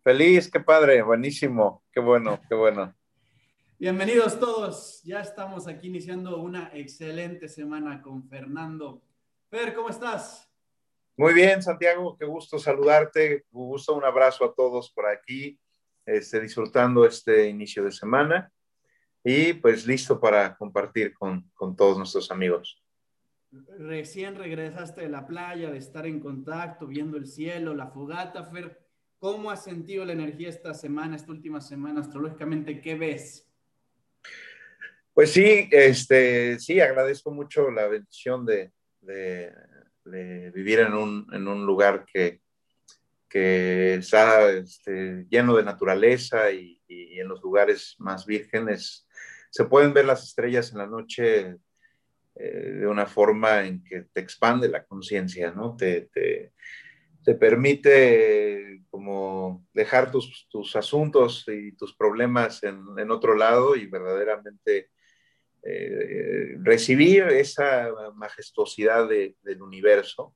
Feliz, qué padre, buenísimo, qué bueno, qué bueno. Bienvenidos todos. Ya estamos aquí iniciando una excelente semana con Fernando. Fer, ¿cómo estás? Muy bien, Santiago, qué gusto saludarte, gusto, un abrazo a todos por aquí, disfrutando este inicio de semana y pues listo para compartir con todos nuestros amigos. Recién regresaste de la playa, de estar en contacto, viendo el cielo, la fogata, Fer. ¿Cómo has sentido la energía esta semana, esta última semana, astrológicamente? ¿Qué ves? Pues sí, sí, agradezco mucho la bendición de, de vivir en un lugar que está lleno de naturaleza y en los lugares más vírgenes se pueden ver las estrellas en la noche de una forma en que te expande la conciencia, ¿no? Te permite como dejar tus asuntos y tus problemas en otro lado y verdaderamente recibir esa majestuosidad del universo.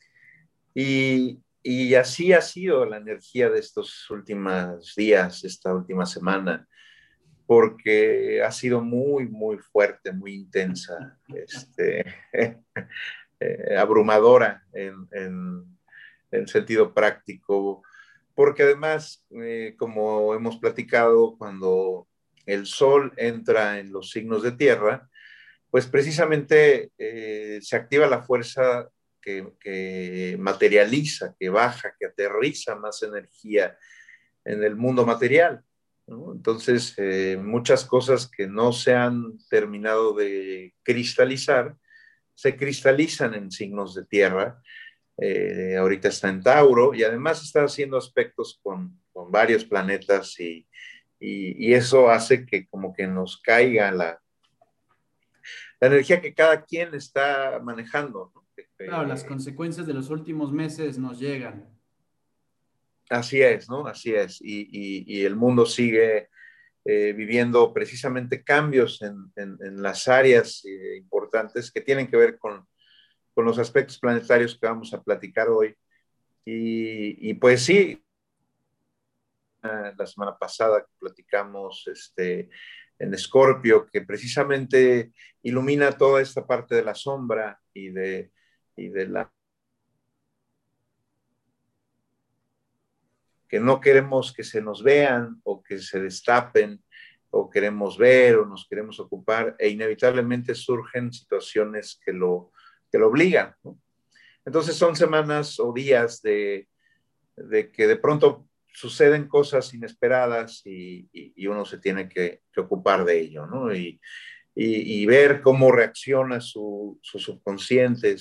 Y así ha sido la energía de estos últimos días, esta última semana, porque ha sido muy, muy fuerte, muy intensa, abrumadora en sentido práctico, porque además, como hemos platicado, cuando el sol entra en los signos de tierra, pues precisamente se activa la fuerza que materializa, que baja, que aterriza más energía en el mundo material, ¿no? Entonces, muchas cosas que no se han terminado de cristalizar, se cristalizan en signos de tierra. Ahorita está en Tauro y además está haciendo aspectos con varios planetas y eso hace que como que nos caiga la energía que cada quien está manejando, ¿no? Claro, las consecuencias de los últimos meses nos llegan. Así es, ¿no? Así es. Y el mundo sigue viviendo precisamente cambios en las áreas importantes que tienen que ver con los aspectos planetarios que vamos a platicar hoy. Pues sí, la semana pasada que platicamos en Escorpio, que precisamente ilumina toda esta parte de la sombra y de la que no queremos que se nos vean o que se destapen o queremos ver o nos queremos ocupar e inevitablemente surgen situaciones que lo obligan, ¿no? Entonces son semanas o días de que de pronto suceden cosas inesperadas y uno se tiene que ocupar de ello, ¿no? Y ver cómo reacciona su subconsciente,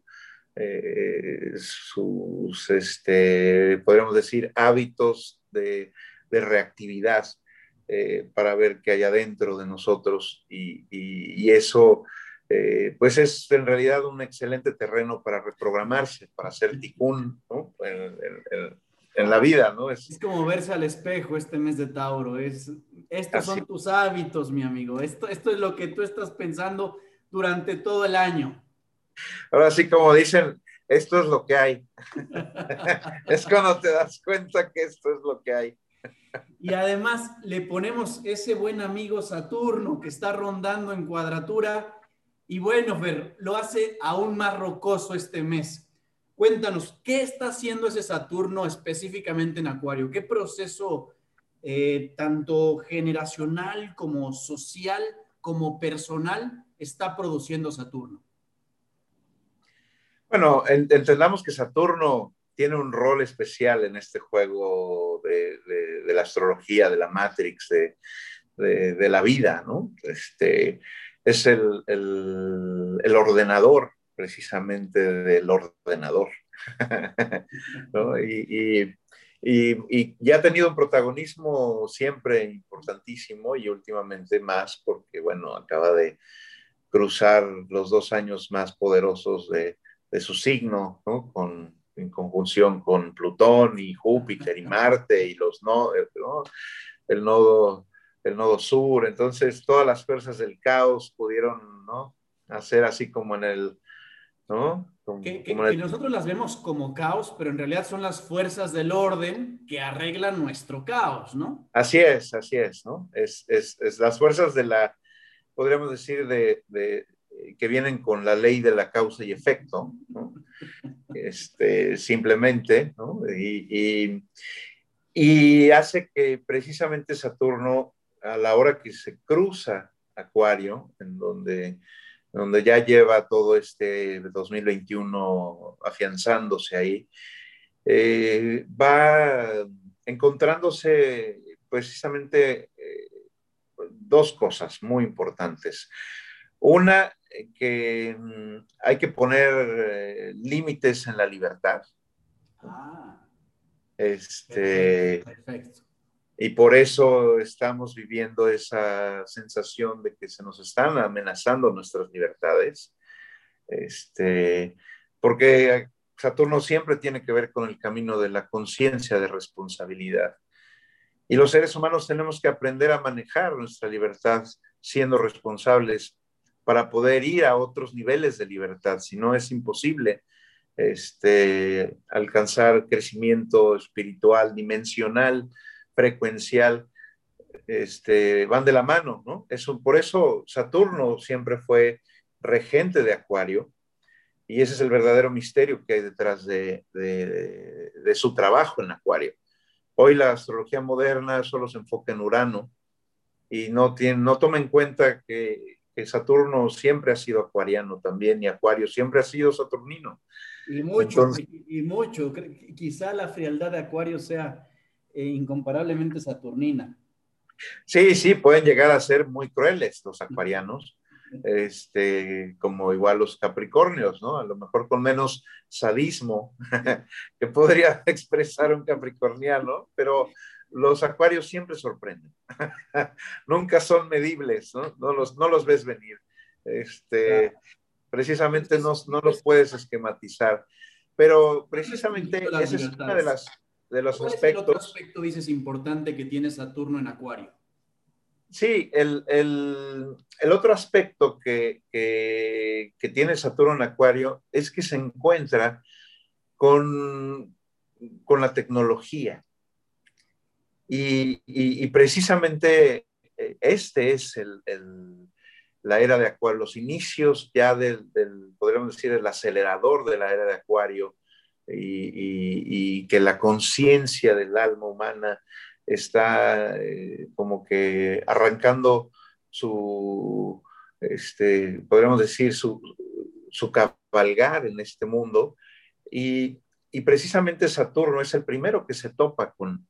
sus, podríamos decir, hábitos de reactividad para ver qué hay adentro de nosotros y eso, pues es en realidad un excelente terreno para reprogramarse, para hacer ticún, ¿no? En la vida, ¿no? Es como verse al espejo este mes de Tauro. Estos Así. son tus hábitos, mi amigo. Esto es lo que tú estás pensando durante todo el año. Ahora sí, como dicen, esto es lo que hay. Es cuando te das cuenta que esto es lo que hay. Y además le ponemos ese buen amigo Saturno que está rondando en cuadratura. Y bueno, Fer, lo hace aún más rocoso este mes. Cuéntanos, ¿qué está haciendo ese Saturno específicamente en Acuario? ¿Qué proceso tanto generacional como social como personal está produciendo Saturno? Bueno, entendamos que Saturno tiene un rol especial en este juego de la astrología, de la Matrix, de la vida, ¿no? Es el ordenador, precisamente del ordenador, ¿no? Y ya ha tenido un protagonismo siempre importantísimo y últimamente más porque, bueno, acaba de cruzar los 2 años más poderosos de su signo, ¿no? En conjunción con Plutón y Júpiter y Marte y los nodos, ¿no? el, nodo, el nodo sur. Entonces, todas las fuerzas del caos pudieron, ¿no? Hacer así como ¿no? Que nosotros las vemos como caos, pero en realidad son las fuerzas del orden que arreglan nuestro caos, ¿no? Así es, ¿no? Es las fuerzas de la, podríamos decir, que vienen con la ley de la causa y efecto, ¿no? Simplemente, ¿no? Y hace que precisamente Saturno, a la hora que se cruza Acuario, donde ya lleva todo este 2021 afianzándose ahí, va encontrándose precisamente dos cosas muy importantes. Una, que hay que poner límites en la libertad. Ah, perfecto, Este, perfecto. y por eso estamos viviendo esa sensación de que se nos están amenazando nuestras libertades. Este, porque Saturno siempre tiene que ver con el camino de la conciencia de responsabilidad. Y los seres humanos tenemos que aprender a manejar nuestra libertad siendo responsables para poder ir a otros niveles de libertad. Si no, es imposible alcanzar crecimiento espiritual, dimensional, frecuencial, van de la mano, ¿no? Por eso Saturno siempre fue regente de Acuario, y ese es el verdadero misterio que hay detrás de su trabajo en Acuario. Hoy la astrología moderna solo se enfoca en Urano y no toma en cuenta que Saturno siempre ha sido acuariano también, y Acuario siempre ha sido saturnino. Y mucho, Entonces, y mucho. Quizá la frialdad de Acuario sea incomparablemente saturnina. sí, pueden llegar a ser muy crueles los acuarianos, como igual los capricornios, ¿no? A lo mejor con menos sadismo que podría expresar un capricorniano, pero los acuarios siempre sorprenden. Nunca son medibles, ¿no? No los ves venir. Claro. Precisamente no los Pues, puedes esquematizar, pero restringiendo precisamente las ese es uno de libertades. los ¿Cuál es el otro aspectos. aspecto, dices, importante que tiene Saturno en Acuario? Sí, el otro aspecto que tiene Saturno en Acuario es que se encuentra con, con la tecnología. Y precisamente este es la era de Acuario, los inicios ya podríamos decir, el acelerador de la era de Acuario, y que la conciencia del alma humana está como que arrancando podríamos decir, su cabalgar en este mundo. Y, y precisamente Saturno es el primero que se topa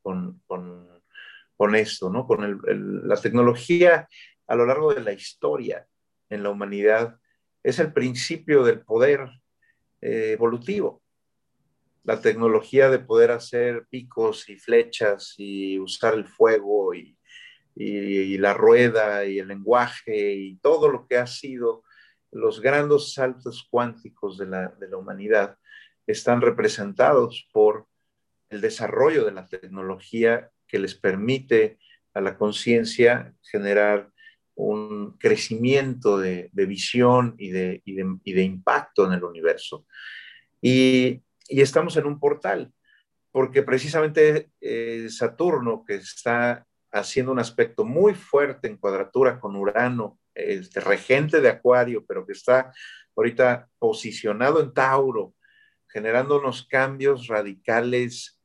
con esto, ¿no? Con la tecnología a lo largo de la historia en la humanidad. Es el principio del poder evolutivo. La tecnología de poder hacer picos y flechas y usar el fuego y la rueda y el lenguaje y todo lo que ha sido los grandes saltos cuánticos de la humanidad están representados por el desarrollo de la tecnología que les permite a la conciencia generar un crecimiento de visión y de impacto en el universo. Y estamos en un portal, porque precisamente Saturno, que está haciendo un aspecto muy fuerte en cuadratura con Urano, regente de Acuario, pero que está ahorita posicionado en Tauro, generando unos cambios radicales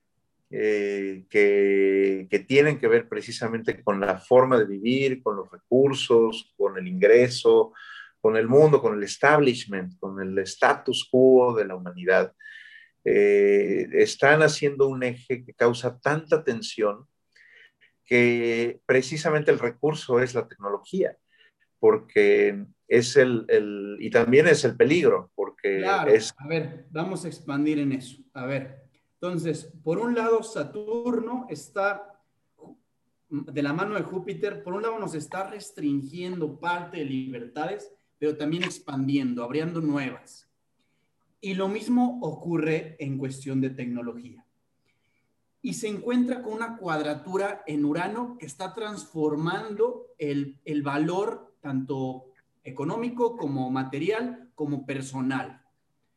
que tienen que ver precisamente con la forma de vivir, con los recursos, con el ingreso, con el mundo, con el establishment, con el status quo de la humanidad. Están haciendo un eje que causa tanta tensión que precisamente el recurso es la tecnología, porque y también es el peligro, porque Claro, a ver, vamos a expandir en eso. A ver, entonces, por un lado, Saturno está de la mano de Júpiter, por un lado nos está restringiendo parte de libertades, pero también expandiendo, abriendo nuevas. Y lo mismo ocurre en cuestión de tecnología. Y se encuentra con una cuadratura en Urano que está transformando el valor tanto económico como material como personal.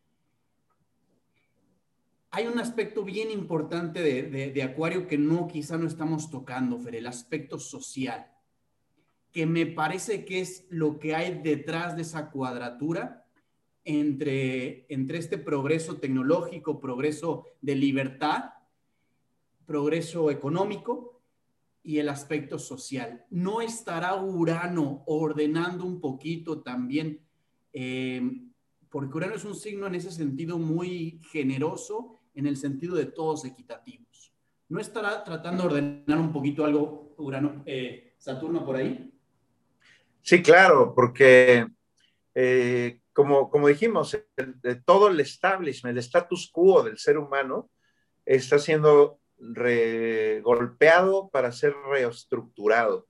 hay un aspecto bien importante de Acuario que quizá no estamos tocando, Fer, el aspecto social, que me parece que es lo que hay detrás de esa cuadratura entre este progreso tecnológico, progreso de libertad, progreso económico y el aspecto social. ¿No estará Urano ordenando un poquito también? Porque Urano es un signo en ese sentido muy generoso, en el sentido de todos equitativos. ¿No estará tratando de ordenar un poquito algo Urano, Saturno por ahí? Sí, claro, porque como dijimos, todo el establishment, el status quo del ser humano está siendo golpeado para ser reestructurado.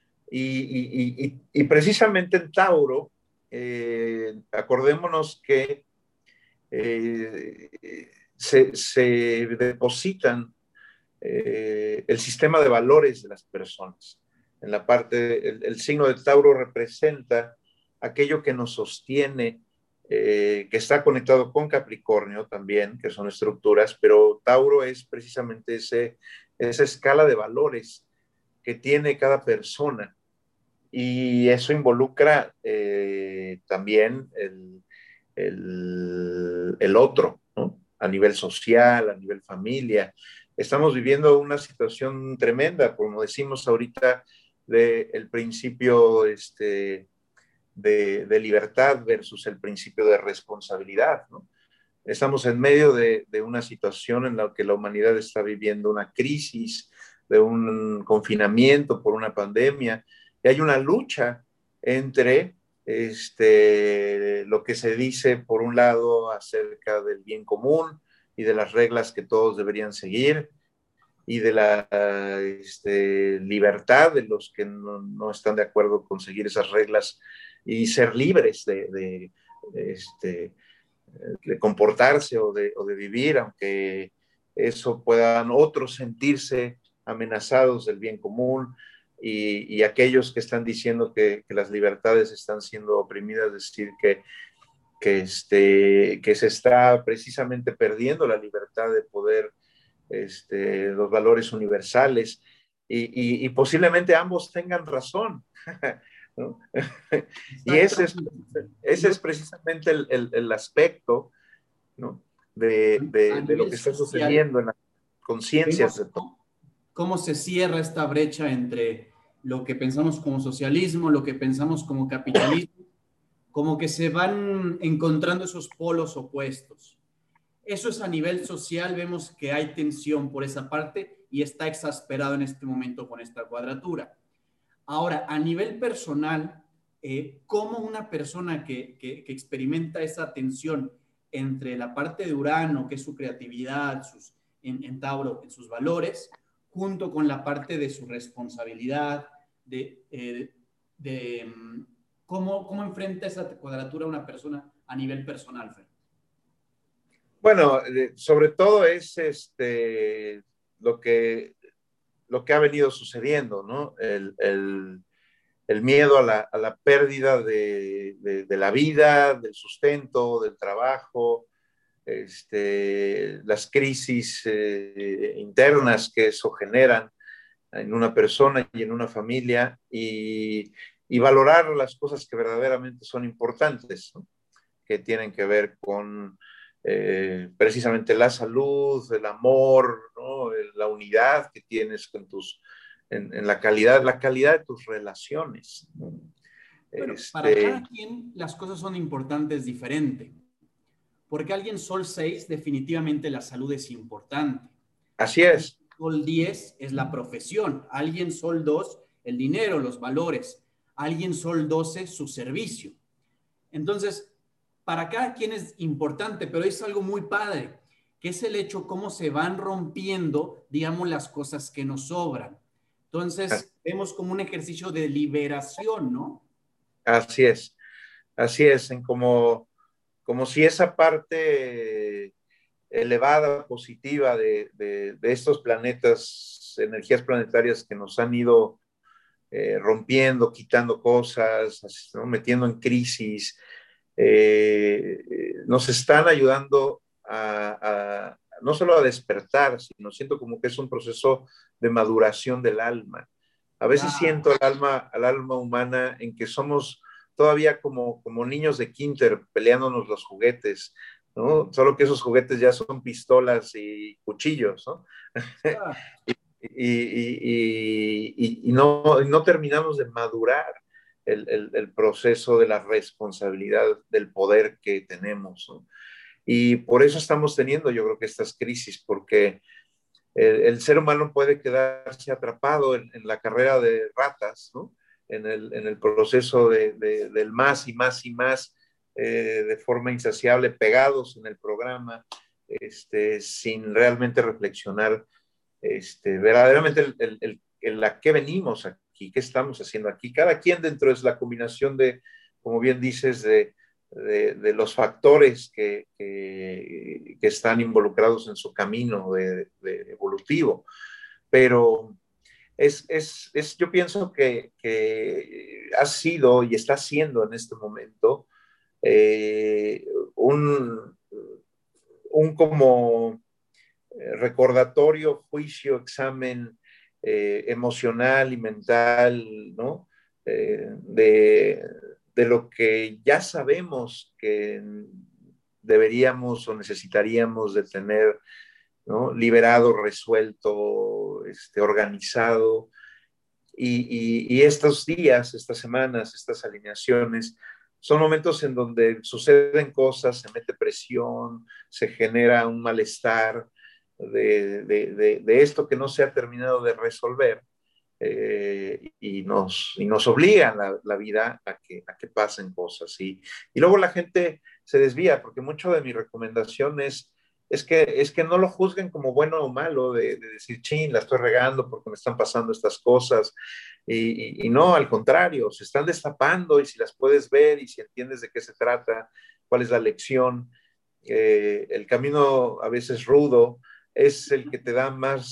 Y precisamente en Tauro, acordémonos que se depositan el sistema de valores de las personas. En la parte, el signo de Tauro representa aquello que nos sostiene, que está conectado con Capricornio también, que son estructuras, pero Tauro es precisamente esa escala de valores que tiene cada persona. Y eso involucra también el otro, ¿no? A nivel social, a nivel familia. Estamos viviendo una situación tremenda, como decimos ahorita, del principio de libertad versus el principio de responsabilidad, ¿no? Estamos en medio de una situación en la que la humanidad está viviendo una crisis, de un confinamiento por una pandemia, y hay una lucha entre lo que se dice, por un lado, acerca del bien común y de las reglas que todos deberían seguir, y de la libertad de los que no están de acuerdo con seguir esas reglas y ser libres de comportarse o de vivir, aunque eso puedan otros sentirse amenazados del bien común y aquellos que están diciendo que las libertades están siendo oprimidas, decir que se está precisamente perdiendo la libertad de poder, los valores universales y posiblemente ambos tengan razón. ¿No? Y ese es precisamente el aspecto, ¿no? A De lo nivel que está social, sucediendo en las conciencias vemos de todos. cómo se cierra esta brecha entre lo que pensamos como socialismo, lo que pensamos como capitalismo, como que se van encontrando esos polos opuestos. Eso es a nivel social, vemos que hay tensión por esa parte y está exasperado en este momento con esta cuadratura. Ahora, a nivel personal, ¿cómo una persona que experimenta esa tensión entre la parte de Urano, que es su creatividad, en Tauro, en sus valores, junto con la parte de su responsabilidad, de cómo enfrenta esa cuadratura una persona a nivel personal, Fer? Bueno, sobre todo es lo que, lo que ha venido sucediendo, ¿no? El miedo a la pérdida de la vida, del sustento, del trabajo, las crisis internas que eso generan en una persona y en una familia y valorar las cosas que verdaderamente son importantes, ¿no? Que tienen que ver con precisamente la salud, el amor, ¿no? La unidad que tienes con en la calidad de tus relaciones, ¿no? Bueno, para Este, cada quien las cosas son importantes diferente, porque alguien Sol 6 definitivamente la salud es importante. así Alguien es. Sol 10 es la profesión, alguien Sol 2 el dinero, los valores, alguien Sol 12 su servicio. Entonces, para cada quien es importante, pero es algo muy padre, que es el hecho cómo se van rompiendo, digamos, las cosas que nos sobran. Entonces, vemos como un ejercicio de liberación, ¿no? Así es. Así es, como si esa parte elevada, positiva de estos planetas, energías planetarias que nos han ido rompiendo, quitando cosas, ¿no? Metiendo en crisis, nos están ayudando no solo a despertar, sino siento como que es un proceso de maduración del alma. A veces Claro. siento al alma humana en que somos todavía como niños de kinder peleándonos los juguetes, ¿no? Solo que esos juguetes ya son pistolas y cuchillos, ¿no? No terminamos de madurar el proceso de la responsabilidad del poder que tenemos, ¿no? Y por eso estamos teniendo, yo creo que estas crisis, porque el ser humano puede quedarse atrapado en la carrera de ratas, ¿no? En el proceso del más y más y más, de forma insaciable, pegados en el programa, sin realmente reflexionar verdaderamente a qué venimos aquí, qué estamos haciendo aquí. Cada quien dentro es la combinación de, como bien dices, de los factores que están involucrados en su camino de evolutivo. Pero yo pienso que ha sido y está siendo en este momento eh, un, un como recordatorio, juicio, examen emocional y mental, ¿no? De lo que ya sabemos que deberíamos o necesitaríamos de tener, ¿no? Liberado, resuelto, organizado. Y estos días, estas semanas, estas alineaciones, son momentos en donde suceden cosas, se mete presión, se genera un malestar de esto que no se ha terminado de resolver, y nos obliga la vida a que pasen cosas. Y luego la gente se desvía, porque mucho de mi recomendación es que no lo juzguen como bueno o malo, de decir, chin, la estoy regando porque me están pasando estas cosas. Y no, al contrario, se están destapando, y si las puedes ver y si entiendes de qué se trata, cuál es la lección, el camino a veces rudo es el que te da más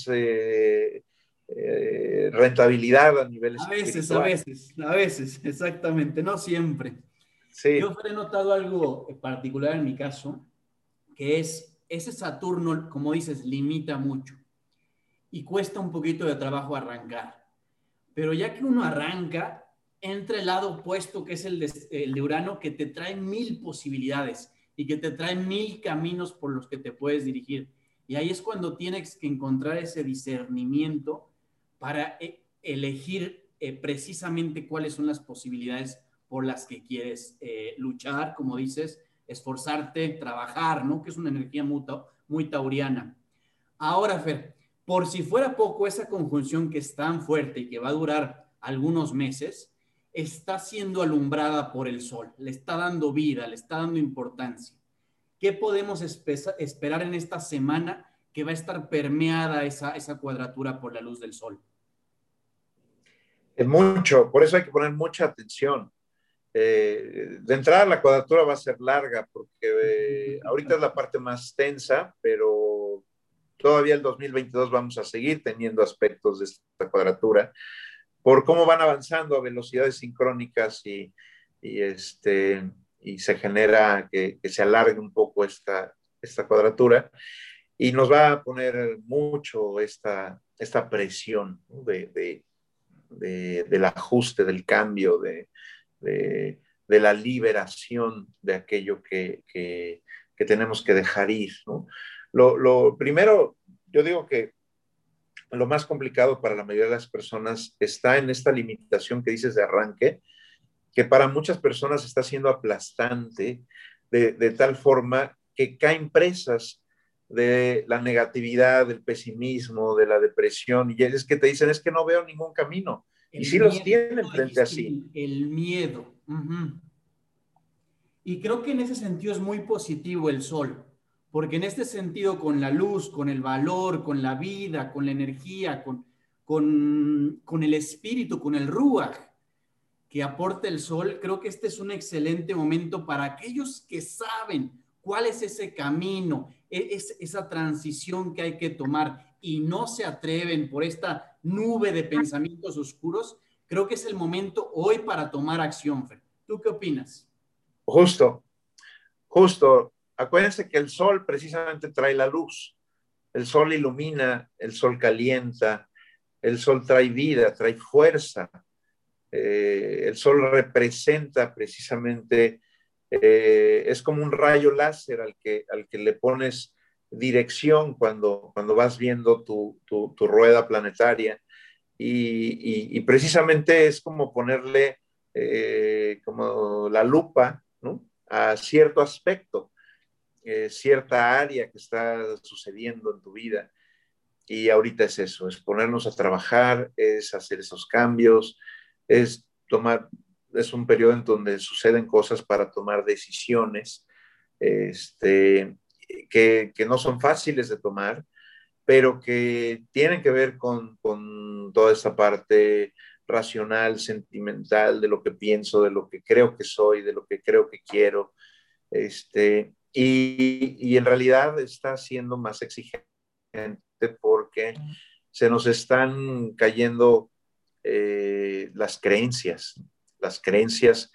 rentabilidad a nivel A espiritual. veces, a veces, exactamente, no siempre. Sí, Yo he notado algo particular en mi caso, que es ese Saturno, como dices, limita mucho y cuesta un poquito de trabajo arrancar. Pero ya que uno arranca, entra el lado opuesto, que es el de Urano, que te trae mil posibilidades y que te trae mil caminos por los que te puedes dirigir. Y ahí es cuando tienes que encontrar ese discernimiento para elegir precisamente cuáles son las posibilidades por las que quieres luchar, como dices, esforzarte, trabajar, ¿no? Que es una energía muy tauriana. Ahora, Fer, por si fuera poco, esa conjunción que es tan fuerte y que va a durar algunos meses, está siendo alumbrada por el sol, le está dando vida, le está dando importancia. ¿Qué podemos esperar en esta semana que va a estar permeada esa cuadratura por la luz del sol? es mucho, por eso hay que poner mucha atención. De entrada la cuadratura va a ser larga porque ahorita es la parte más tensa, pero todavía el 2022 vamos a seguir teniendo aspectos de esta cuadratura por cómo van avanzando a velocidades sincrónicas y, este, y se genera que se alargue un poco esta cuadratura, y nos va a poner mucho esta presión, ¿no? Del ajuste, del cambio, de la liberación de aquello que tenemos que dejar ir, ¿no? Lo primero, yo digo que lo más complicado para la mayoría de las personas está en esta limitación que dices de arranque, que para muchas personas está siendo aplastante, de tal forma que caen presas de la negatividad, del pesimismo, de la depresión, y es que te dicen, es que no veo ningún camino, y El sí los miedo, tienen tú frente a dijiste sí. el miedo. Y creo que en ese sentido es muy positivo el sol, porque en este sentido, con la luz, con el valor, con la vida, con la energía, con el espíritu, con el ruach que aporta el sol, creo que este es un excelente momento para aquellos que saben cuál es ese camino, esa transición que hay que tomar y no se atreven por esta nube de pensamientos oscuros. Creo que es el momento hoy para tomar acción, Fer. ¿Tú qué opinas? Justo, justo. Acuérdense que el sol precisamente trae la luz. El sol ilumina, el sol calienta, el sol trae vida, trae fuerza. El sol representa precisamente, es como un rayo láser al que le pones dirección cuando vas viendo tu rueda planetaria. Y precisamente es como ponerle como la lupa, ¿no?, a cierto aspecto, cierta área que está sucediendo en tu vida. Y ahorita es eso, es ponernos a trabajar, es hacer esos cambios, es tomar, es un periodo en donde suceden cosas para tomar decisiones, este, que no son fáciles de tomar, pero que tienen que ver con toda esta parte racional, sentimental, de lo que pienso, de lo que creo que soy, de lo que creo que quiero, y en realidad está siendo más exigente porque se nos están cayendo las creencias,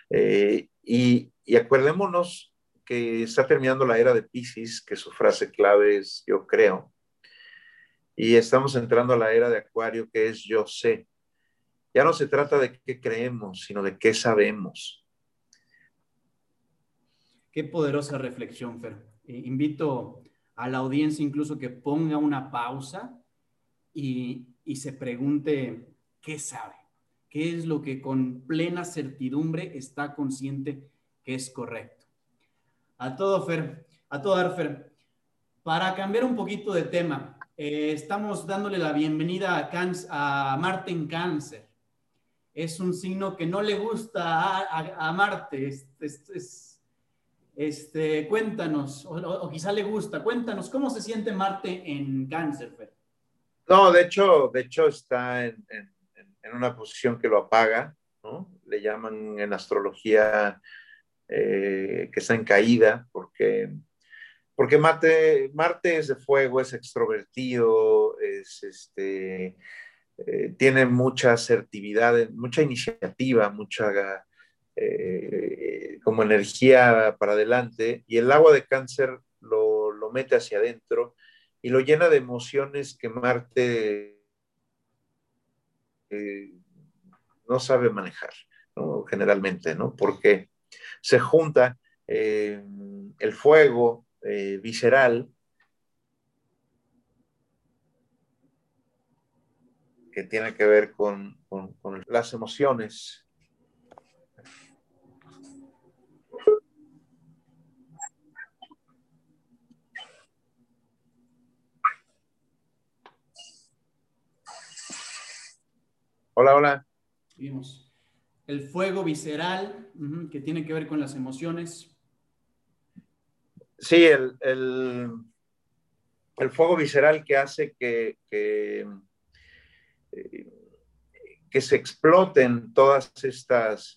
y acordémonos que está terminando la era de Piscis, que su frase clave es yo creo, y estamos entrando a la era de Acuario, que es yo sé. Ya no se trata de qué creemos, sino de qué sabemos. Qué poderosa reflexión, Fer. Invito a la audiencia incluso que ponga una pausa y se pregunte qué sabe, qué es lo que con plena certidumbre está consciente que es correcto. A todo, Fer, a todo dar, Fer. Para cambiar un poquito de tema, estamos dándole la bienvenida a Marte en Cáncer. Es un signo que no le gusta a Marte. Cuéntanos, o quizá le gusta, cuéntanos, ¿cómo se siente Marte en Cáncer, Fer? No, de hecho está en una posición que lo apaga, ¿no? Le llaman en astrología que está en caída, porque Marte es de fuego, es extrovertido, tiene mucha asertividad, mucha iniciativa, mucha como energía para adelante, y el agua de Cáncer lo mete hacia adentro y lo llena de emociones que Marte eh, no sabe manejar, ¿no?, generalmente, ¿no? Porque se junta el fuego visceral, que tiene que ver con las emociones. Hola, hola. Vimos el fuego visceral, que tiene que ver con las emociones. Sí, el fuego visceral que hace que se exploten todas estas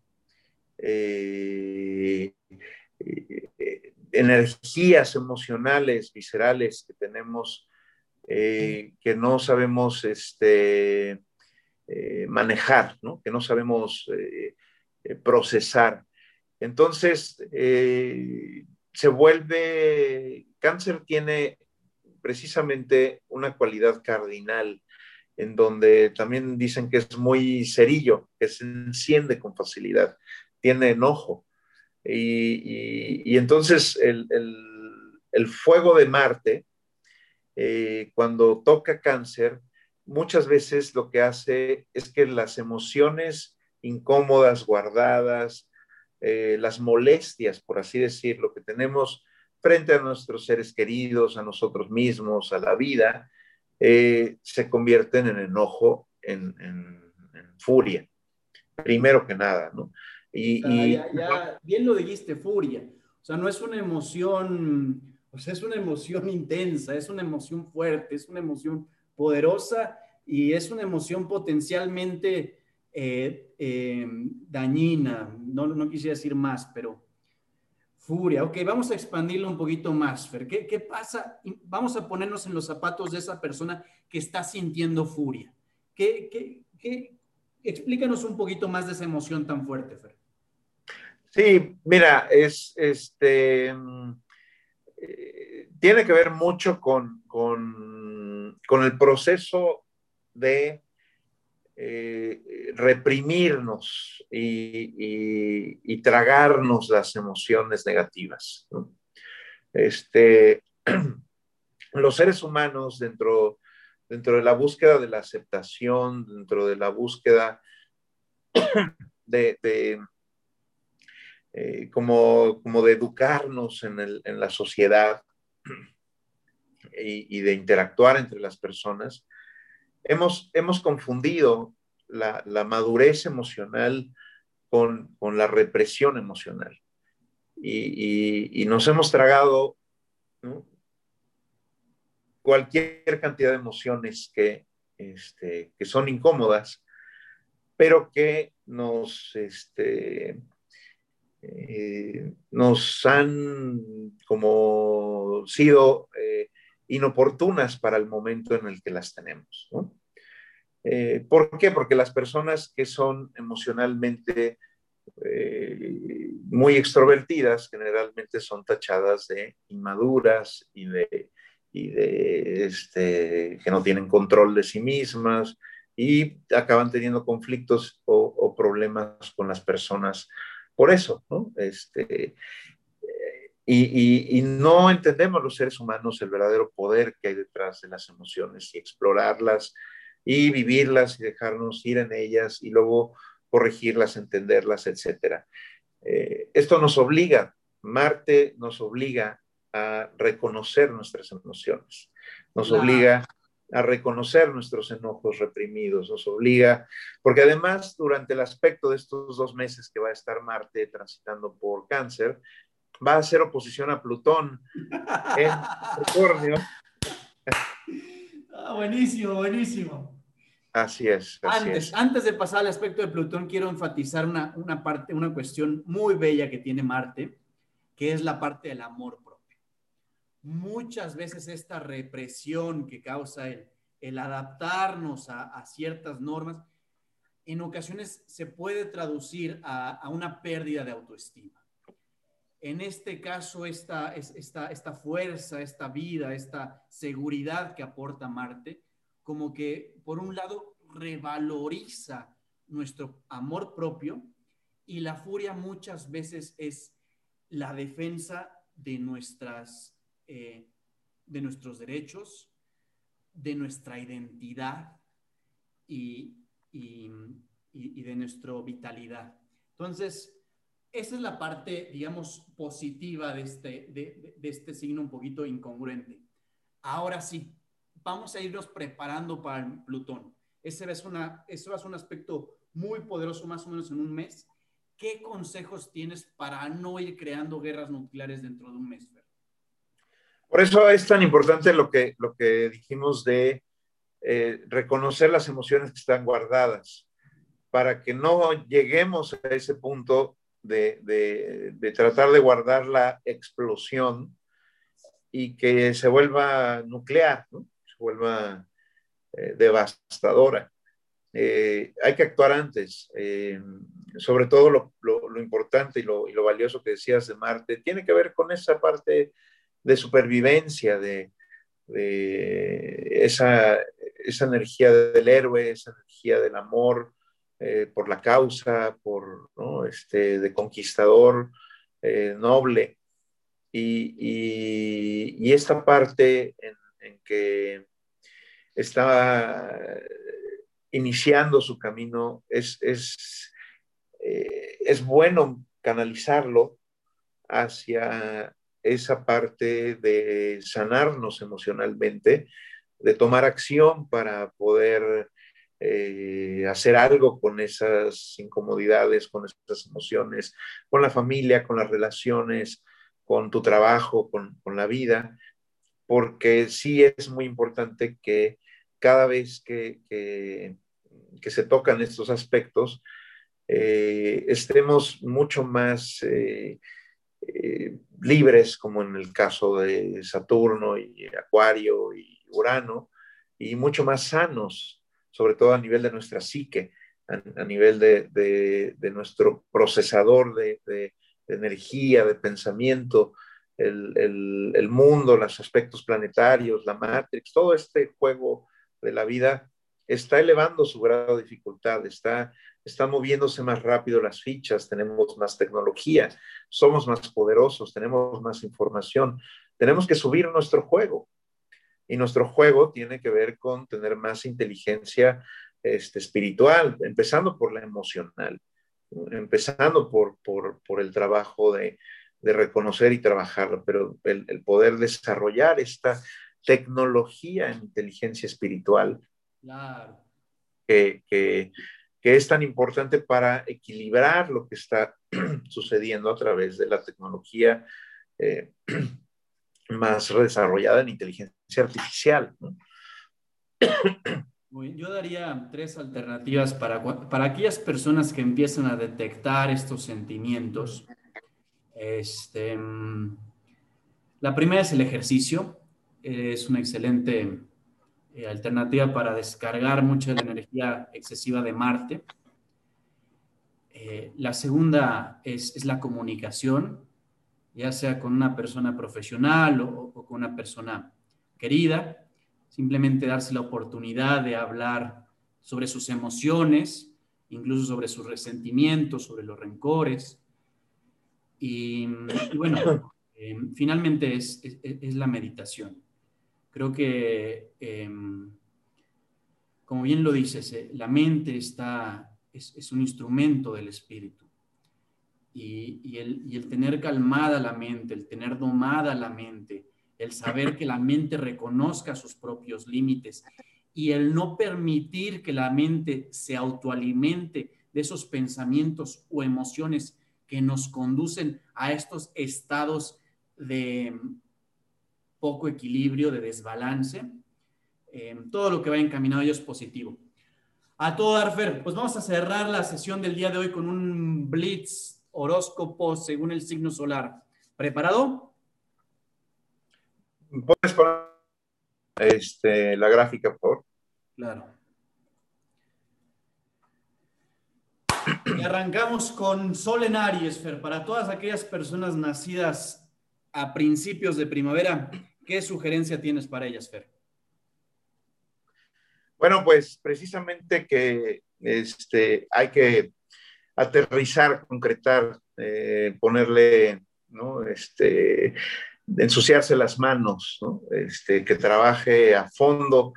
energías emocionales, viscerales que tenemos, que no sabemos manejar, ¿no?, que no sabemos procesar. Entonces, se vuelve, Cáncer tiene precisamente una cualidad cardinal en donde también dicen que es muy cerillo, que se enciende con facilidad, tiene enojo. Y entonces el fuego de Marte, cuando toca Cáncer, muchas veces lo que hace es que las emociones incómodas, guardadas, las molestias, por así decirlo, que tenemos frente a nuestros seres queridos, a nosotros mismos, a la vida, se convierten en enojo, en furia, primero que nada, ¿no? O sea, Y, ya bien lo dijiste, furia. O sea, no es una emoción, o sea, es una emoción intensa, es una emoción fuerte, es una emoción poderosa y es una emoción potencialmente dañina. No quisiera decir más, pero furia. Ok, vamos a expandirlo un poquito más, Fer. ¿Qué pasa? Vamos a ponernos en los zapatos de esa persona que está sintiendo furia. Explícanos un poquito más de esa emoción tan fuerte, Fer. sí, mira, tiene que ver mucho con el proceso de reprimirnos y tragarnos las emociones negativas, ¿no? Los seres humanos dentro de la búsqueda de la aceptación, dentro de la búsqueda de como de educarnos en la sociedad y de interactuar entre las personas, hemos confundido la madurez emocional con la represión emocional. Y nos hemos tragado, ¿no?, cualquier cantidad de emociones que son incómodas, pero que nos han como sido inoportunas para el momento en el que las tenemos, ¿no? ¿Por qué? Porque las personas que son emocionalmente muy extrovertidas generalmente son tachadas de inmaduras y de que no tienen control de sí mismas y acaban teniendo conflictos o problemas con las personas por eso, ¿no? Y no entendemos los seres humanos el verdadero poder que hay detrás de las emociones y explorarlas y vivirlas y dejarnos ir en ellas y luego corregirlas, entenderlas, etcétera. Esto nos obliga, Marte nos obliga a reconocer nuestras emociones, nos Claro. obliga a reconocer nuestros enojos reprimidos, nos obliga, porque además durante el aspecto de estos 2 meses que va a estar Marte transitando por Cáncer, va a hacer oposición a Plutón en Capricornio. Ah, buenísimo, buenísimo. Así es, así es. Antes de pasar al aspecto de Plutón, quiero enfatizar una parte, una cuestión muy bella que tiene Marte, que es la parte del amor propio. Muchas veces esta represión que causa el adaptarnos a ciertas normas, en ocasiones se puede traducir a una pérdida de autoestima. En este caso, esta fuerza, esta vida, esta seguridad que aporta Marte, como que por un lado revaloriza nuestro amor propio, y la furia muchas veces es la defensa de nuestros derechos, de nuestra identidad y, y, y de nuestra vitalidad. Entonces, esa es la parte, digamos, positiva de este signo un poquito incongruente. Ahora sí, vamos a irnos preparando para el Plutón. Ese va a ser un aspecto muy poderoso, más o menos en un mes. ¿Qué consejos tienes para no ir creando guerras nucleares dentro de un mes, Fer? Por eso es tan importante lo que dijimos de reconocer las emociones que están guardadas, para que no lleguemos a ese punto de tratar de guardar la explosión y que se vuelva nuclear, ¿no? Se vuelva devastadora. Hay que actuar antes. Sobre todo lo importante y lo valioso que decías de Marte, tiene que ver con esa parte de supervivencia, de esa energía del héroe, esa energía del amor por la causa, ¿no?, de conquistador noble. Y esta parte en que está iniciando su camino, es bueno canalizarlo hacia esa parte de sanarnos emocionalmente, de tomar acción para poder hacer algo con esas incomodidades, con esas emociones, con la familia, con las relaciones, con tu trabajo, con la vida, porque sí es muy importante que cada vez que se tocan estos aspectos, estemos mucho más libres, como en el caso de Saturno y Acuario y Urano, y mucho más sanos, sobre todo a nivel de nuestra psique, a nivel de nuestro procesador de energía, de pensamiento, el mundo, los aspectos planetarios, la Matrix, todo este juego de la vida está elevando su grado de dificultad, está moviéndose más rápido las fichas, tenemos más tecnología, somos más poderosos, tenemos más información, tenemos que subir nuestro juego. Y nuestro juego tiene que ver con tener más inteligencia espiritual, empezando por la emocional, empezando por el trabajo de reconocer y trabajarlo, pero el poder desarrollar esta tecnología en inteligencia espiritual Claro. que es tan importante para equilibrar lo que está sucediendo a través de la tecnología eh, más desarrollada en inteligencia artificial, ¿no? Yo daría tres alternativas para aquellas personas que empiezan a detectar estos sentimientos. La primera es el ejercicio. Es una excelente alternativa para descargar mucha de la energía excesiva de Marte. La segunda es la comunicación, ya sea con una persona profesional o con una persona querida. Simplemente darse la oportunidad de hablar sobre sus emociones, incluso sobre sus resentimientos, sobre los rencores. Y bueno, finalmente es la meditación. Creo que, como bien lo dices, la mente es un instrumento del espíritu. Y el tener calmada la mente, el tener domada la mente, el saber que la mente reconozca sus propios límites y el no permitir que la mente se autoalimente de esos pensamientos o emociones que nos conducen a estos estados de poco equilibrio, de desbalance. Todo lo que va encaminado a ello es positivo. A todo dar, Fer, pues vamos a cerrar la sesión del día de hoy con un blitz horóscopo según el signo solar. ¿Preparado? ¿Puedes poner la gráfica, por favor? Claro. Y arrancamos con Sol en Aries, Fer. Para todas aquellas personas nacidas a principios de primavera, ¿qué sugerencia tienes para ellas, Fer? Bueno, pues precisamente que hay que aterrizar, concretar, ponerle, ¿no? Ensuciarse las manos, ¿no? Que trabaje a fondo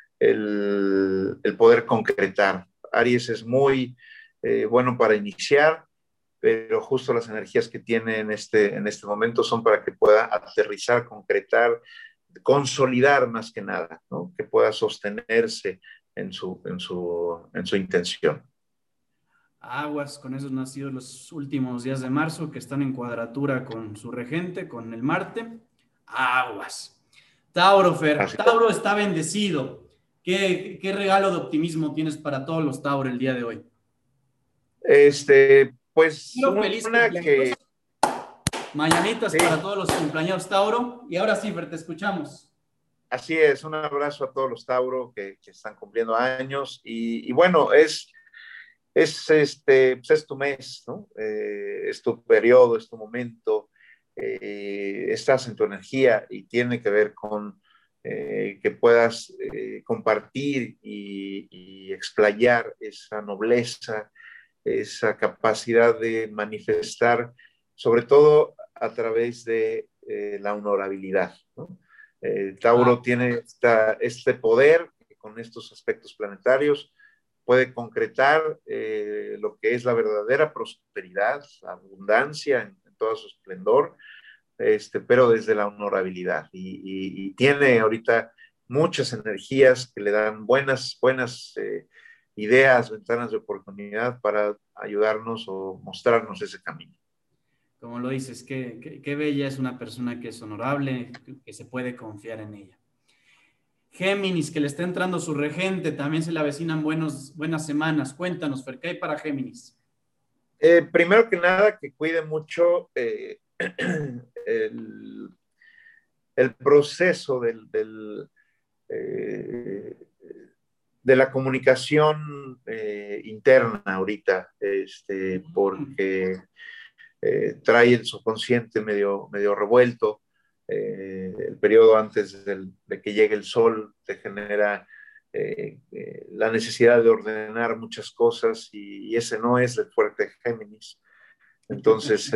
el poder concretar. Aries es muy bueno para iniciar, pero justo las energías que tiene en este momento son para que pueda aterrizar, concretar, consolidar más que nada, ¿no? Que pueda sostenerse en su intención. Aguas con esos nacidos los últimos días de marzo que están en cuadratura con su regente, con el Marte. Aguas. Tauro, Fer. Así. Tauro está bendecido. ¿Qué regalo de optimismo tienes para todos los Tauro el día de hoy? Pues Quiero feliz una cumpleaños. que Mañanitas sí, para todos los cumpleaños Tauro. Y ahora sí, Fer, te escuchamos. así es, un abrazo a todos los Tauro que están cumpliendo años y bueno, pues es tu mes, ¿no? Es tu periodo, es tu momento, estás en tu energía y tiene que ver con que puedas compartir y explayar esa nobleza, esa capacidad de manifestar, sobre todo a través de la honorabilidad, ¿no? Ah, Tauro tiene este poder que con estos aspectos planetarios puede concretar lo que es la verdadera prosperidad, la abundancia en todo su esplendor, pero desde la honorabilidad. Y tiene ahorita muchas energías que le dan buenas ideas, ventanas de oportunidad para ayudarnos o mostrarnos ese camino. como lo dices, qué bella es una persona que es honorable, que se puede confiar en ella. Géminis, que le está entrando su regente, también se le avecinan buenas semanas. Cuéntanos, Fer, ¿qué hay para Géminis? Primero que nada, que cuide mucho el, el proceso eh, de la comunicación interna ahorita, porque trae el subconsciente medio revuelto. El periodo antes de que llegue el sol te genera la necesidad de ordenar muchas cosas y ese no es el fuerte de Géminis. Entonces,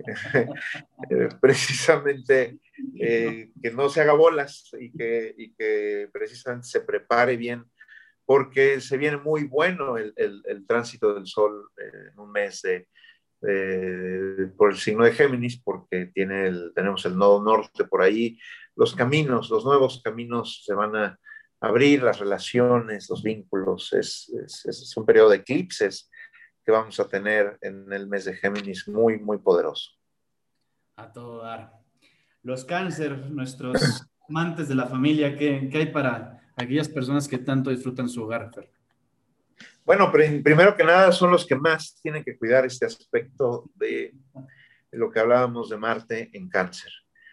precisamente que no se haga bolas y que precisamente se prepare bien, porque se viene muy bueno el tránsito del sol en un mes por el signo de Géminis, porque tenemos el nodo norte por ahí, los nuevos caminos se van a abrir, las relaciones, los vínculos, es un periodo de eclipses que vamos a tener en el mes de Géminis muy, muy poderoso. A todo dar. Los cáncer, nuestros amantes de la familia, ¿qué hay para aquellas personas que tanto disfrutan su hogar, Fer? Bueno, primero que nada son los que más tienen que cuidar este aspecto de lo que hablábamos de Marte en cáncer.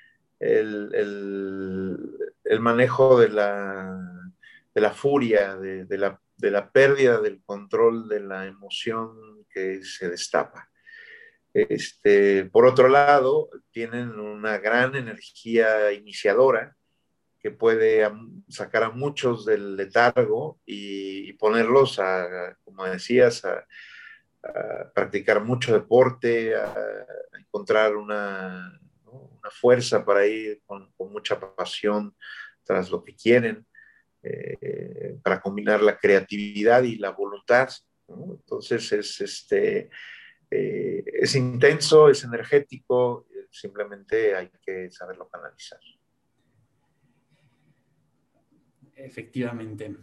El manejo de la furia, de la pérdida del control de la emoción que se destapa. Por otro lado, tienen una gran energía iniciadora que puede sacar a muchos del letargo y ponerlos como decías, a practicar mucho deporte, a encontrar una fuerza para ir con mucha pasión tras lo que quieren, para combinar la creatividad y la voluntad, ¿no? Entonces es intenso, es energético, simplemente hay que saberlo canalizar. Efectivamente.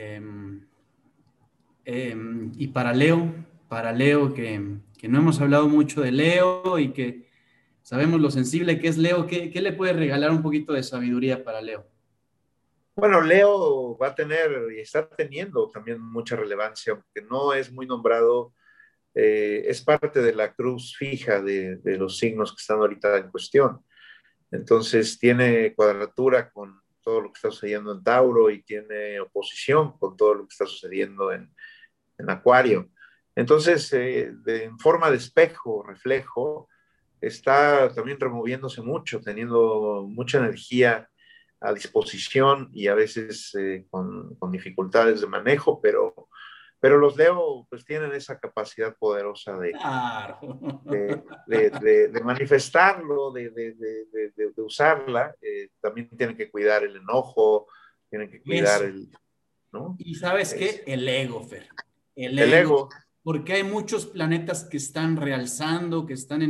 Y para Leo que no hemos hablado mucho de Leo y que sabemos lo sensible que es Leo, ¿qué le puede regalar un poquito de sabiduría para Leo? Bueno, Leo va a tener y está teniendo también mucha relevancia, aunque no es muy nombrado, es parte de la cruz fija de los signos que están ahorita en cuestión. Entonces tiene cuadratura con todo lo que está sucediendo en Tauro y tiene oposición con todo lo que está sucediendo en Acuario. Entonces, en forma de espejo, reflejo, está también removiéndose mucho, teniendo mucha energía a disposición y a veces con dificultades de manejo, pero los Leo pues tienen esa capacidad poderosa de, Claro. de, de manifestarlo, de usarla. También tienen que cuidar el enojo, tienen que cuidar Eso. ¿no? Y ¿sabes qué? Es, El ego, Fer. El el ego. ego. Porque hay muchos planetas que están realzando, que están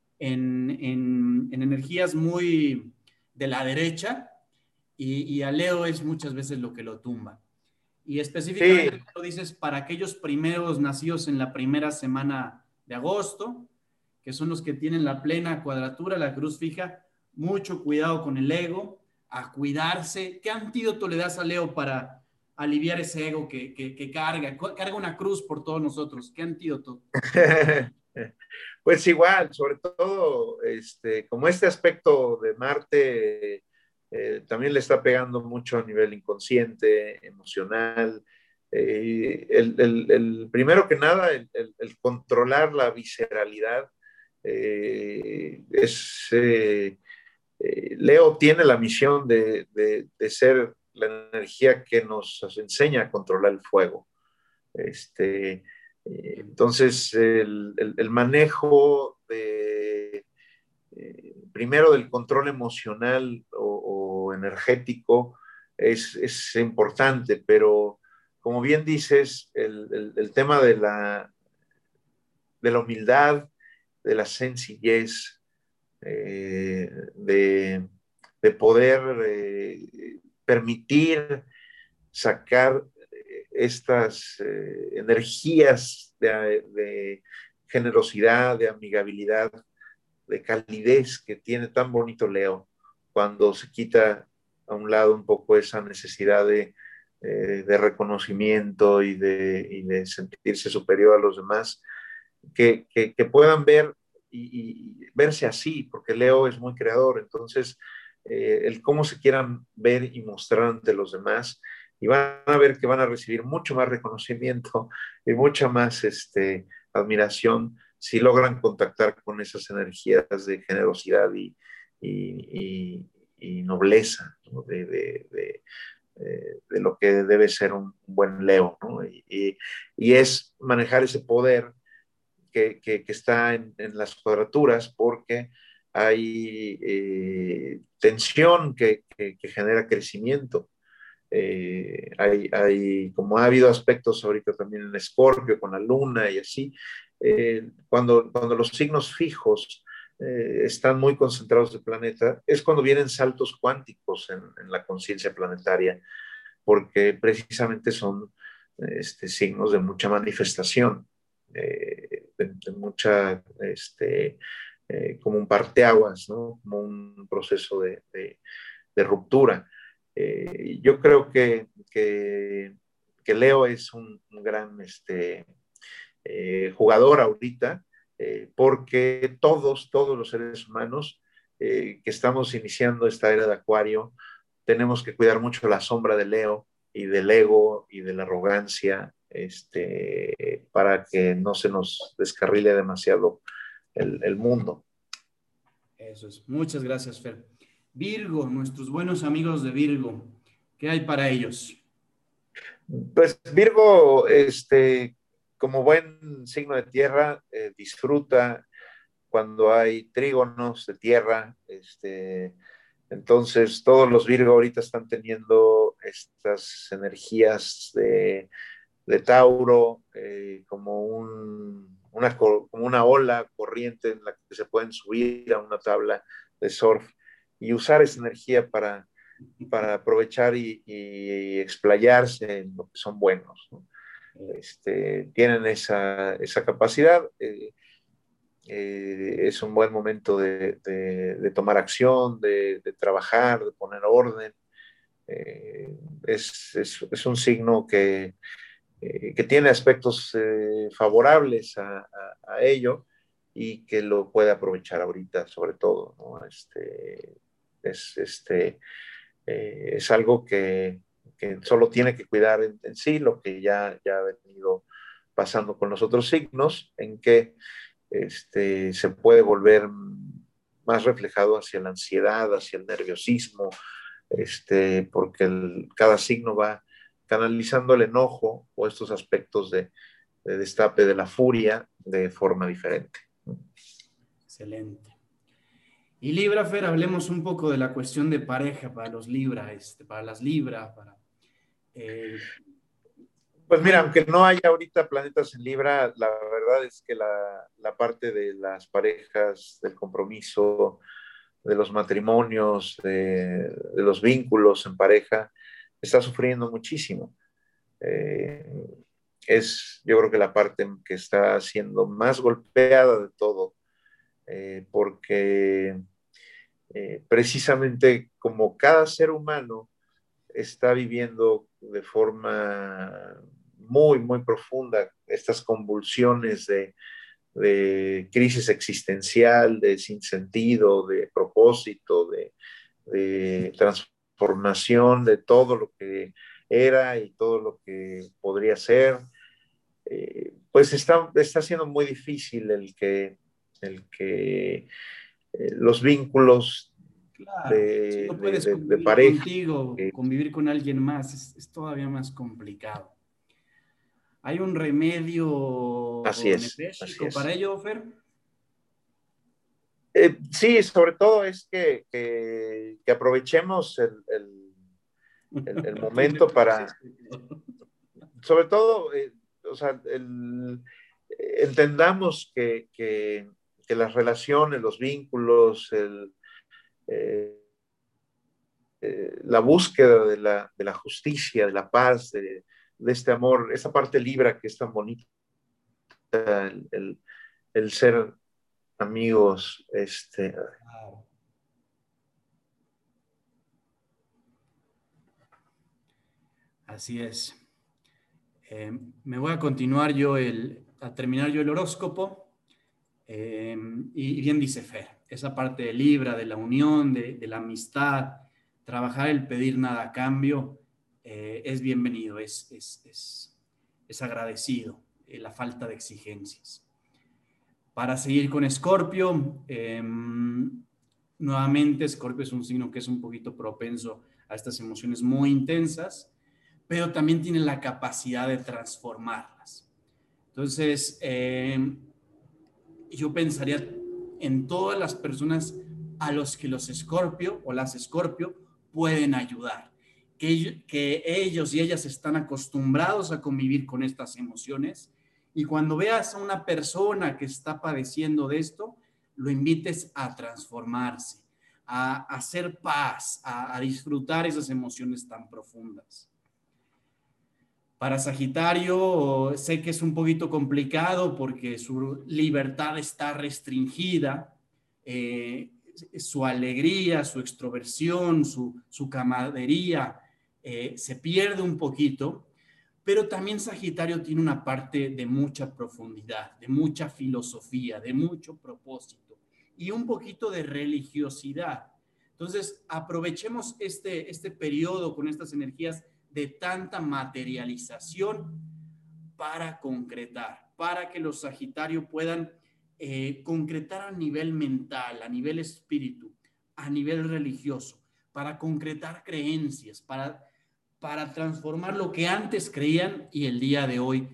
en energías muy de la derecha, y a Leo es muchas veces lo que lo tumba. Y específicamente, Sí, tú dices, para aquellos primeros nacidos en la primera semana de agosto, que son los que tienen la plena cuadratura, la cruz fija, mucho cuidado con el ego, a cuidarse. ¿Qué antídoto le das a Leo para aliviar ese ego que carga una cruz por todos nosotros? ¿Qué antídoto? pues igual, sobre todo, como este aspecto de Marte también le está pegando mucho a nivel inconsciente, emocional. Primero que nada, el controlar la visceralidad Leo tiene la misión de ser la energía que nos enseña a controlar el fuego. Entonces, el manejo primero del control emocional o energético es importante, pero como bien dices, el tema de la humildad, de la sencillez, de poder permitir sacar estas energías de generosidad, de amigabilidad, de calidez que tiene tan bonito Leo, cuando se quita a un lado un poco esa necesidad de reconocimiento y de sentirse superior a los demás, que puedan ver y verse así, porque Leo es muy creador, entonces el cómo se quieran ver y mostrar ante los demás, y van a ver que van a recibir mucho más reconocimiento y mucha más admiración si logran contactar con esas energías de generosidad y nobleza, ¿no? De lo que debe ser un buen Leo, ¿no? Y es manejar ese poder que está en las cuadraturas, porque hay tensión que genera crecimiento. Como ha habido aspectos ahorita también en Escorpio, con la luna y así, cuando los signos fijos están muy concentrados del planeta, es cuando vienen saltos cuánticos en la conciencia planetaria, porque precisamente son signos de mucha manifestación, de mucha, como un parteaguas, ¿no? Como un proceso de ruptura. Yo creo que Leo es un gran jugador ahorita, porque todos los seres humanos que estamos iniciando esta era de Acuario, tenemos que cuidar mucho la sombra de Leo y del ego y de la arrogancia, para que no se nos descarrile demasiado el mundo. Eso es. Muchas gracias, Fer. Virgo, nuestros buenos amigos de Virgo, ¿qué hay para ellos? Pues Virgo, como buen signo de tierra, disfruta cuando hay trígonos de tierra. Entonces, todos los Virgo ahorita están teniendo estas energías de Tauro, como una ola corriente en la que se pueden subir a una tabla de surf y usar esa energía para aprovechar y explayarse en lo que son buenos, ¿no? Tienen esa capacidad. Es un buen momento de tomar acción, de trabajar, de poner orden. Es un signo que tiene aspectos favorables a ello y que lo puede aprovechar ahorita, sobre todo, ¿no? Es, este, es algo que solo tiene que cuidar en sí, lo que ya ha venido pasando con los otros signos, en que se puede volver más reflejado hacia la ansiedad, hacia el nerviosismo, porque cada signo va canalizando el enojo o estos aspectos de destape de la furia de forma diferente. Excelente. Y Libra, Fer, hablemos un poco de la cuestión de pareja para los Libra, para las Libra, eh, Pues mira, bueno, aunque no haya ahorita planetas en Libra, la verdad es que la parte de las parejas, del compromiso, de los matrimonios, de los vínculos en pareja, está sufriendo muchísimo. Eh, yo creo que la parte que está siendo más golpeada de todo, porque precisamente como cada ser humano está viviendo de forma muy, muy profunda estas convulsiones de crisis existencial, de sinsentido, de propósito, de transformación de todo lo que era y todo lo que podría ser, pues está siendo muy difícil el que los vínculos claro, si no puedes de convivir pareja. contigo, convivir con alguien más, es todavía más complicado. ¿Hay un remedio Así nefésico para es. ello, Fer? Sí, sobre todo es que aprovechemos el Tú me momento conoces. sobre todo, o sea, entendamos que las relaciones, los vínculos, eh, la búsqueda de la justicia, de la paz, de este amor, esa parte libra que es tan bonita, el ser amigos, Así es. Me voy a continuar a terminar yo el horóscopo. Y bien dice Fer, esa parte de Libra, de la unión, de la amistad, trabajar el pedir nada a cambio, es bienvenido, es agradecido, la falta de exigencias. Para seguir con Escorpio, nuevamente Escorpio es un signo que es un poquito propenso a estas emociones muy intensas, pero también tiene la capacidad de transformarlas. Entonces, yo pensaría en todas las personas a los que los Escorpio o las Escorpio pueden ayudar, que ellos y ellas están acostumbrados a convivir con estas emociones, y cuando veas a una persona que está padeciendo de esto, lo invites a transformarse, a hacer paz, a disfrutar esas emociones tan profundas. Para Sagitario, sé que es un poquito complicado porque su libertad está restringida, su alegría, su extroversión, su camaradería se pierde un poquito, pero también Sagitario tiene una parte de mucha profundidad, de mucha filosofía, de mucho propósito y un poquito de religiosidad. Entonces, aprovechemos este periodo con estas energías de tanta materialización para concretar, para que los Sagitarios puedan concretar a nivel mental, a nivel espíritu, a nivel religioso, para concretar creencias, para transformar lo que antes creían y el día de hoy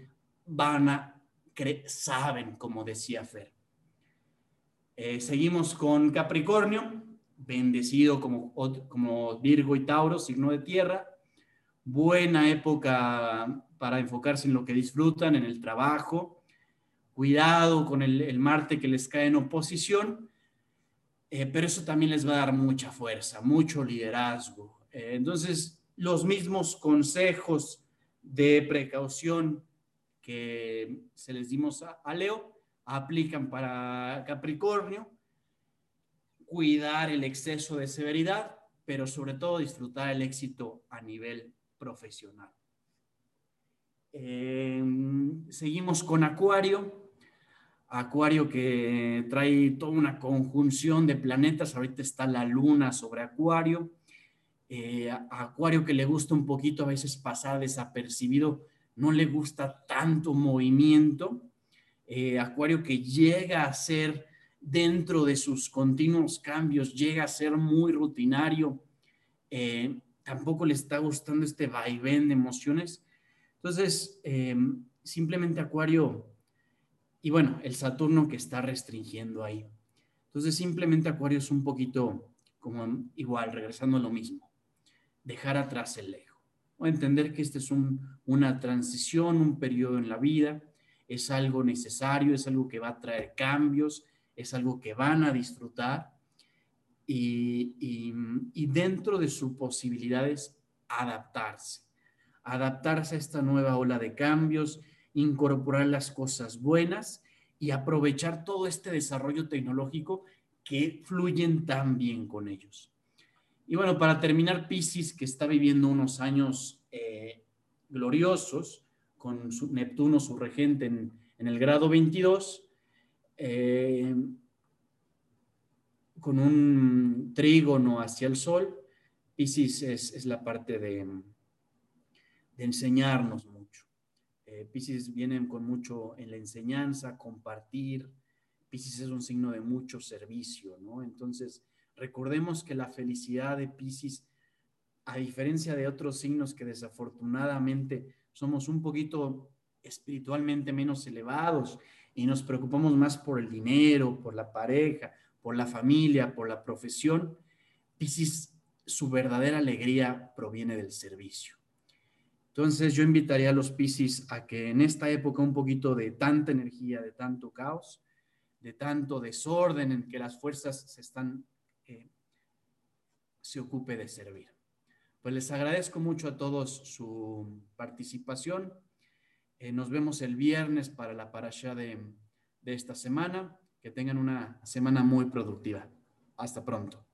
saben, como decía Fer. Seguimos con Capricornio, bendecido como Virgo y Tauro, signo de tierra. Buena época para enfocarse en lo que disfrutan, en el trabajo. Cuidado con el Marte que les cae en oposición, pero eso también les va a dar mucha fuerza, mucho liderazgo. Entonces, los mismos consejos de precaución que se les dimos a Leo aplican para Capricornio. Cuidar el exceso de severidad, pero sobre todo disfrutar el éxito a nivel profesional. Seguimos con Acuario. Acuario que trae toda una conjunción de planetas. Ahorita está la luna sobre Acuario. Acuario que le gusta un poquito a veces pasar desapercibido, no le gusta tanto movimiento. Acuario que llega a ser, dentro de sus continuos cambios, llega a ser muy rutinario. Tampoco le está gustando este vaivén de emociones. Entonces, simplemente Acuario, y bueno, el Saturno que está restringiendo ahí. Entonces, simplemente Acuario es un poquito como igual, regresando a lo mismo. Dejar atrás el ego. O entender que este es una transición, un periodo en la vida, es algo necesario, es algo que va a traer cambios, es algo que van a disfrutar y dentro de sus posibilidades adaptarse a esta nueva ola de cambios, incorporar las cosas buenas y aprovechar todo este desarrollo tecnológico que fluyen tan bien con ellos. Y bueno, para terminar, Piscis, que está viviendo unos años gloriosos, con Neptuno, su regente, en el grado 22, con un trígono hacia el Sol. Piscis es la parte de enseñarnos mucho. Piscis viene con mucho en la enseñanza, compartir. Piscis es un signo de mucho servicio, ¿no? Entonces, recordemos que la felicidad de Piscis, a diferencia de otros signos que desafortunadamente somos un poquito espiritualmente menos elevados y nos preocupamos más por el dinero, por la pareja, por la familia, por la profesión, Piscis, su verdadera alegría proviene del servicio. Entonces yo invitaría a los Piscis a que en esta época un poquito de tanta energía, de tanto caos, de tanto desorden en que las fuerzas se ocupe de servir. Pues les agradezco mucho a todos su participación. Nos vemos el viernes para la parashá de esta semana. Que tengan una semana muy productiva. Hasta pronto.